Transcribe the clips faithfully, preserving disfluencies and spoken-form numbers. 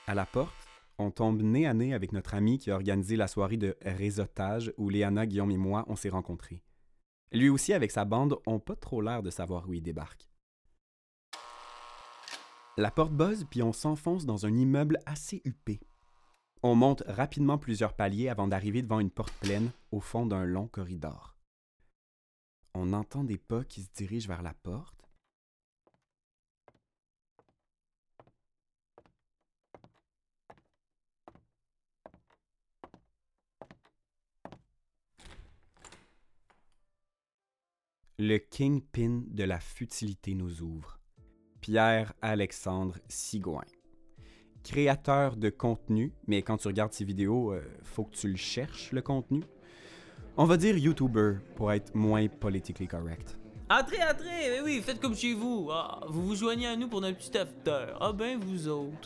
À la porte, on tombe nez à nez avec notre ami qui a organisé la soirée de réseautage où Léana, Guillaume et moi, on s'est rencontrés. Lui aussi, avec sa bande, ont pas trop l'air de savoir où il débarque. La porte buzz, puis on s'enfonce dans un immeuble assez huppé. On monte rapidement plusieurs paliers avant d'arriver devant une porte pleine au fond d'un long corridor. On entend des pas qui se dirigent vers la porte. Le kingpin de la futilité nous ouvre. Pierre-Alexandre Sigouin. Créateur de contenu, mais quand tu regardes ses vidéos, euh, faut que tu le cherches, le contenu. On va dire YouTuber, pour être moins politically correct. Entrez, entrez, mais oui, faites comme chez vous. Ah, vous vous joignez à nous pour notre petit after. Ah ben, vous autres.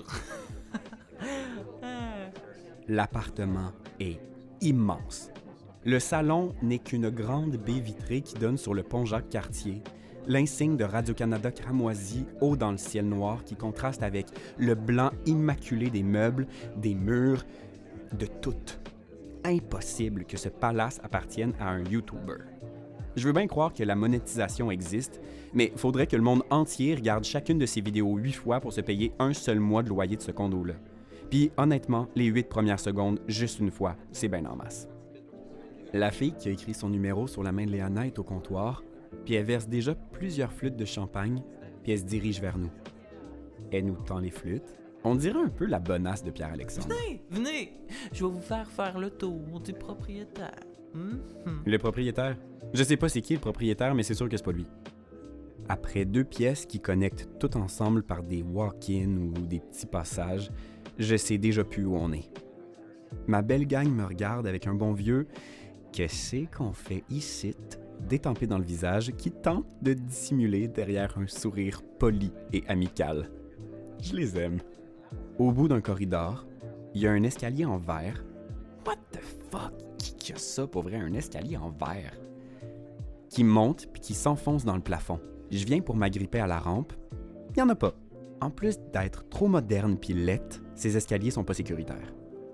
Ah. L'appartement est immense. Le salon n'est qu'une grande baie vitrée qui donne sur le pont Jacques-Cartier, l'insigne de Radio-Canada cramoisi haut dans le ciel noir qui contraste avec le blanc immaculé des meubles, des murs, de tout. Impossible que ce palace appartienne à un YouTuber. Je veux bien croire que la monétisation existe, mais faudrait que le monde entier regarde chacune de ces vidéos huit fois pour se payer un seul mois de loyer de ce condo-là. Puis honnêtement, les huit premières secondes, juste une fois, c'est bien en masse. La fille qui a écrit son numéro sur la main de Léana est au comptoir, puis elle verse déjà plusieurs flûtes de champagne, puis elle se dirige vers nous. Elle nous tend les flûtes. On dirait un peu la bonasse de Pierre-Alexandre. Venez, venez, je vais vous faire faire le tour du propriétaire. Mm-hmm. Le propriétaire? Je sais pas c'est qui le propriétaire, mais c'est sûr que c'est pas lui. Après deux pièces qui connectent tout ensemble par des walk-in ou des petits passages, je sais déjà plus où on est. Ma belle gang me regarde avec un bon vieux « Qu'est-ce qu'on fait ici ?» détempé dans le visage qui tente de dissimuler derrière un sourire poli et amical. Je les aime. Au bout d'un corridor, il y a un escalier en verre. What the fuck? Qui qui a ça pour vrai, un escalier en verre? Qui monte puis qui s'enfonce dans le plafond. Je viens pour m'agripper à la rampe. Il y en a pas. En plus d'être trop moderne puis laite, ces escaliers sont pas sécuritaires.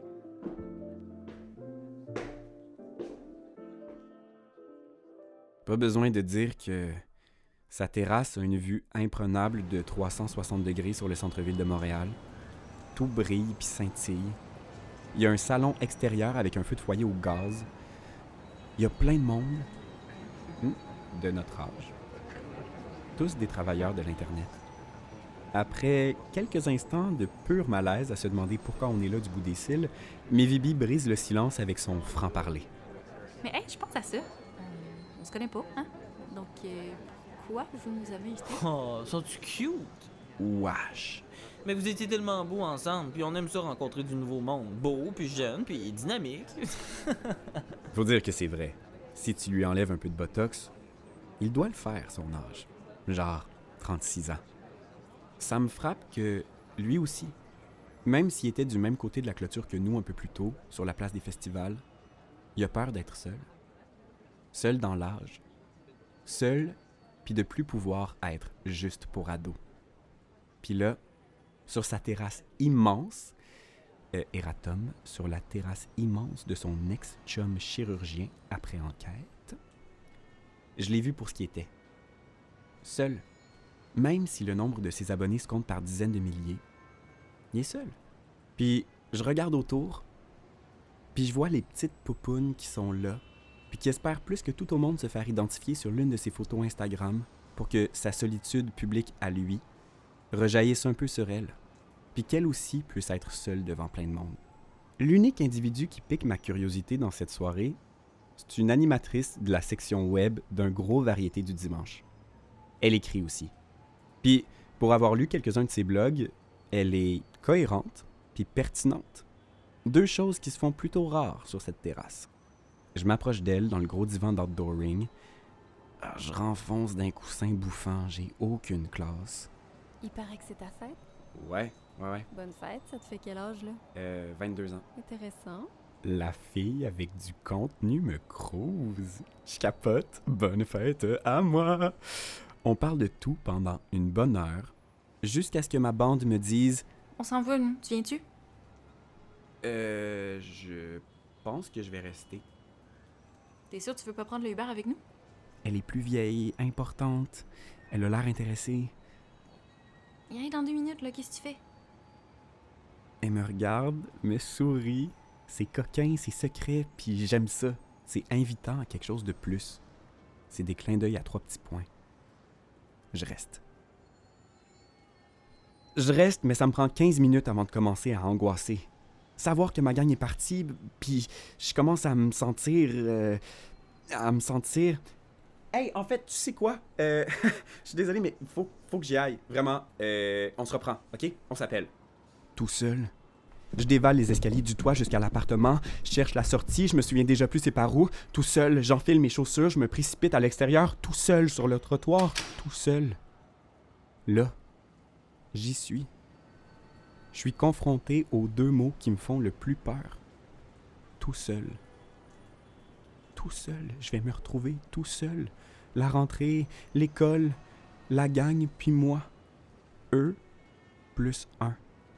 Pas besoin de dire que sa terrasse a une vue imprenable de trois cent soixante degrés sur le centre-ville de Montréal. Tout brille puis scintille. Il y a un salon extérieur avec un feu de foyer au gaz. Il y a plein de monde de notre âge. Tous des travailleurs de l'Internet. Après quelques instants de pur malaise à se demander pourquoi on est là du bout des cils, Mévibi brise le silence avec son franc-parler. Mais hey, je pense à ça. Euh, on se connaît pas, hein? Donc, euh, pourquoi vous nous avez invités? Oh, sont-tu cute? Wesh! Mais vous étiez tellement beaux ensemble, puis on aime ça rencontrer du nouveau monde. Beau, puis jeune, puis dynamique. Faut dire que c'est vrai. Si tu lui enlèves un peu de botox, il doit le faire, son âge. Genre trente-six ans. Ça me frappe que lui aussi, même s'il était du même côté de la clôture que nous un peu plus tôt, sur la place des festivals, il a peur d'être seul. Seul dans l'âge. Seul, puis de plus pouvoir être juste pour ado. Puis là, sur sa terrasse immense, euh, Eratom, sur la terrasse immense de son ex-chum chirurgien après enquête, je l'ai vu pour ce qu'il était. Seul. Même si le nombre de ses abonnés se compte par dizaines de milliers, il est seul. Puis je regarde autour, puis je vois les petites poupounes qui sont là, puis qui espèrent plus que tout au monde se faire identifier sur l'une de ses photos Instagram pour que sa solitude publique à lui rejaillisse un peu sur elle, puis qu'elle aussi puisse être seule devant plein de monde. L'unique individu qui pique ma curiosité dans cette soirée, c'est une animatrice de la section web d'un gros variété du dimanche. Elle écrit aussi. Puis, pour avoir lu quelques-uns de ses blogs, elle est cohérente puis pertinente. Deux choses qui se font plutôt rares sur cette terrasse. Je m'approche d'elle dans le gros divan d'outdooring. Alors, je renfonce d'un coussin bouffant, j'ai aucune classe. Il paraît que c'est ta fête. Ouais, ouais, ouais. Bonne fête, ça te fait quel âge, là? Euh, vingt-deux ans. Intéressant. La fille avec du contenu me crouse. Je capote. Bonne fête à moi. On parle de tout pendant une bonne heure, jusqu'à ce que ma bande me dise On s'en va, nous. Tu viens-tu? Euh, je pense que je vais rester. T'es sûr que tu veux pas prendre le Uber avec nous? Elle est plus vieille, importante. Elle a l'air intéressée. Viens dans deux minutes, là, qu'est-ce que tu fais? Elle me regarde, me sourit. C'est coquin, c'est secret, puis j'aime ça. C'est invitant à quelque chose de plus. C'est des clins d'œil à trois petits points. Je reste. Je reste, mais ça me prend quinze minutes avant de commencer à angoisser. Savoir que ma gang est partie, puis je commence à me sentir... euh, à me sentir... Hey, en fait, tu sais quoi? Euh, je suis désolé, mais faut, faut que j'y aille. Vraiment, euh, on se reprend, OK? On s'appelle. Tout seul. Je dévale les escaliers du toit jusqu'à l'appartement, je cherche la sortie, je me souviens déjà plus c'est par où. Tout seul, j'enfile mes chaussures, je me précipite à l'extérieur, tout seul sur le trottoir, tout seul. Là, j'y suis. Je suis confronté aux deux mots qui me font le plus peur. Tout seul. Tout seul, je vais me retrouver tout seul. La rentrée, l'école, la gang, puis moi. Eux, plus un.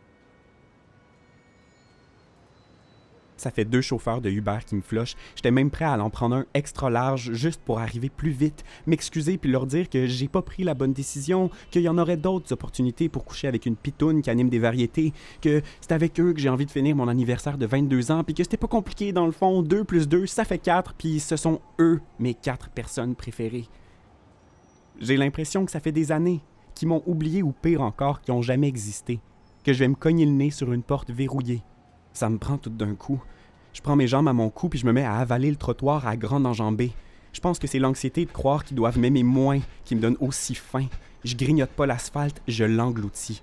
Ça fait deux chauffeurs de Uber qui me flochent. J'étais même prêt à en prendre un extra large juste pour arriver plus vite, m'excuser puis leur dire que j'ai pas pris la bonne décision, qu'il y en aurait d'autres opportunités pour coucher avec une pitoune qui anime des variétés, que c'est avec eux que j'ai envie de finir mon anniversaire de vingt-deux ans, puis que c'était pas compliqué dans le fond. Deux plus deux, ça fait quatre, puis ce sont eux mes quatre personnes préférées. J'ai l'impression que ça fait des années qu'ils m'ont oublié ou pire encore, qu'ils ont jamais existé, que je vais me cogner le nez sur une porte verrouillée. Ça me prend tout d'un coup. Je prends mes jambes à mon cou puis je me mets à avaler le trottoir à grande enjambée. Je pense que c'est l'anxiété de croire qu'ils doivent m'aimer moins qui me donne aussi faim. Je grignote pas l'asphalte, je l'engloutis.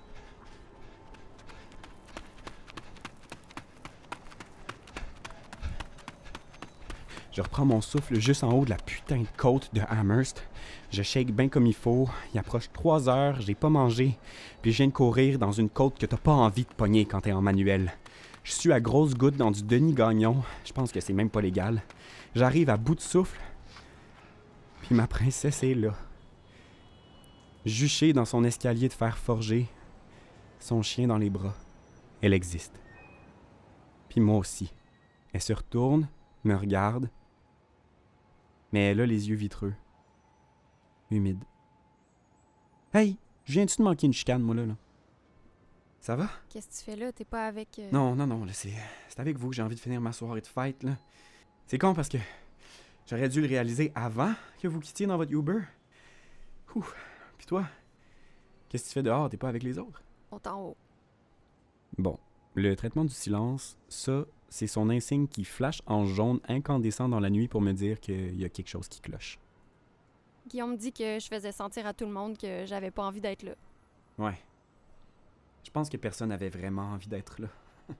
Je reprends mon souffle juste en haut de la putain de côte de Amherst. Je shake bien comme il faut. Il approche trois heures, j'ai pas mangé. Puis je viens de courir dans une côte que t'as pas envie de pogner quand t'es en manuel. Je suis à grosses gouttes dans du Denis Gagnon. Je pense que c'est même pas légal. J'arrive à bout de souffle. Puis ma princesse est là. Juchée dans son escalier de fer forgé. Son chien dans les bras. Elle existe. Puis moi aussi. Elle se retourne, me regarde. Mais elle a les yeux vitreux. Humides. Hey, je viens-tu de manquer une chicane, moi, là? là? Ça va? Qu'est-ce que tu fais là? T'es pas avec... euh, Non, non, non, là, c'est, c'est avec vous que j'ai envie de finir ma soirée de fête, là. C'est con parce que j'aurais dû le réaliser avant que vous quittiez dans votre Uber. Ouh. Puis toi, qu'est-ce que tu fais dehors? T'es pas avec les autres? On est en haut. Bon, le traitement du silence, ça, c'est son insigne qui flash en jaune incandescent dans la nuit pour me dire qu'il y a quelque chose qui cloche. Guillaume me dit que je faisais sentir à tout le monde que j'avais pas envie d'être là. Ouais. Je pense que personne n'avait vraiment envie d'être là.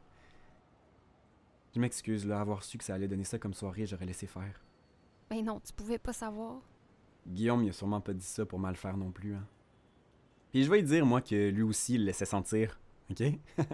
Je m'excuse, là, avoir su que ça allait donner ça comme soirée, j'aurais laissé faire. Mais non, tu pouvais pas savoir. Guillaume, il a sûrement pas dit ça pour mal faire non plus, hein. Puis je vais lui dire, moi, que lui aussi, il le laissait sentir, ok?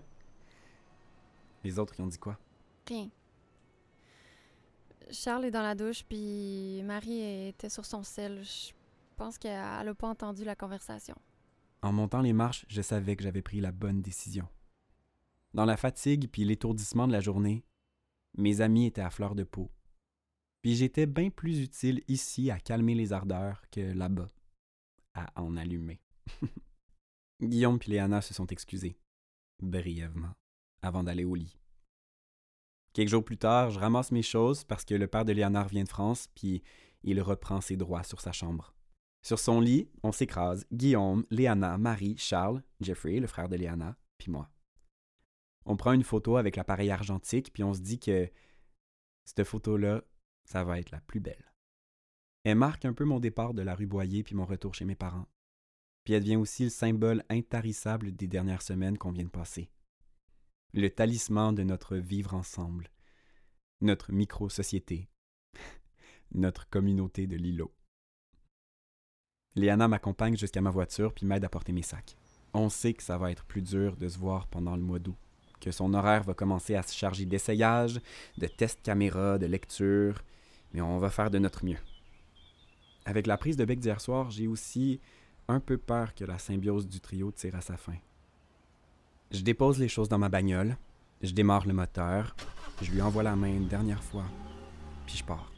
Les autres, ils ont dit quoi? Rien. Charles est dans la douche, puis Marie était sur son sel. Je pense qu'elle a pas entendu la conversation. En montant les marches, je savais que j'avais pris la bonne décision. Dans la fatigue puis l'étourdissement de la journée, mes amis étaient à fleur de peau. Puis j'étais bien plus utile ici à calmer les ardeurs que là-bas, à en allumer. Guillaume puis Léana se sont excusés, brièvement, avant d'aller au lit. Quelques jours plus tard, je ramasse mes choses parce que le père de Léana revient de France, puis il reprend ses droits sur sa chambre. Sur son lit, on s'écrase, Guillaume, Léana, Marie, Charles, Jeffrey, le frère de Léana, puis moi. On prend une photo avec l'appareil argentique, puis on se dit que cette photo-là, ça va être la plus belle. Elle marque un peu mon départ de la rue Boyer puis mon retour chez mes parents. Puis elle devient aussi le symbole intarissable des dernières semaines qu'on vient de passer. Le talisman de notre vivre ensemble, notre micro-société, notre communauté de l'îlot. Léana m'accompagne jusqu'à ma voiture puis m'aide à porter mes sacs. On sait que ça va être plus dur de se voir pendant le mois d'août, que son horaire va commencer à se charger d'essayages, de tests caméra, de lecture, mais on va faire de notre mieux. Avec la prise de bec d'hier soir, j'ai aussi un peu peur que la symbiose du trio tire à sa fin. Je dépose les choses dans ma bagnole, Je démarre le moteur, je lui envoie la main une dernière fois, puis je pars.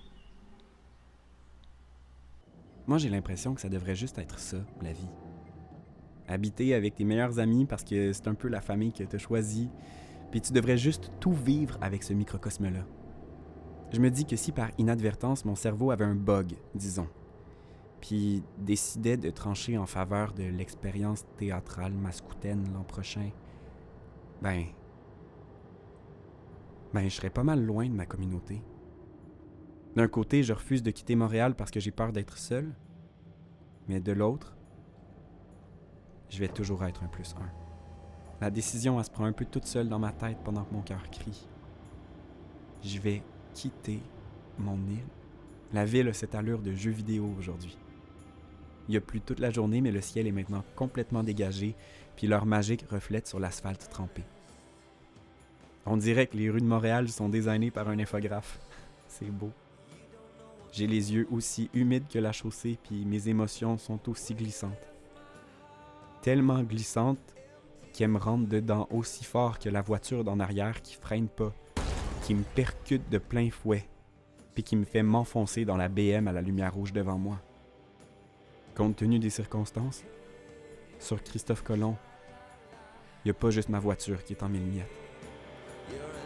Moi, j'ai l'impression que ça devrait juste être ça, la vie. Habiter avec tes meilleurs amis parce que c'est un peu la famille que t'as choisie, puis tu devrais juste tout vivre avec ce microcosme-là. Je me dis que si par inadvertance mon cerveau avait un bug, disons, puis décidait de trancher en faveur de l'expérience théâtrale mascoutaine l'an prochain, ben... ben je serais pas mal loin de ma communauté. D'un côté, je refuse de quitter Montréal parce que j'ai peur d'être seul, mais de l'autre, je vais toujours être un plus un. La décision, elle se prend un peu toute seule dans ma tête pendant que mon cœur crie. Je vais quitter mon île. La ville a cette allure de jeu vidéo aujourd'hui. Il y a plu toute la journée, mais le ciel est maintenant complètement dégagé, puis l'heure magique reflète sur l'asphalte trempé. On dirait que les rues de Montréal sont designées par un infographe. C'est beau. J'ai les yeux aussi humides que la chaussée, puis mes émotions sont aussi glissantes. Tellement glissantes qu'elles me rentrent dedans aussi fort que la voiture d'en arrière qui freine pas, qui me percute de plein fouet, puis qui me fait m'enfoncer dans la B M à la lumière rouge devant moi. Compte tenu des circonstances, sur Christophe Colomb, il n'y a pas juste ma voiture qui est en mille miettes.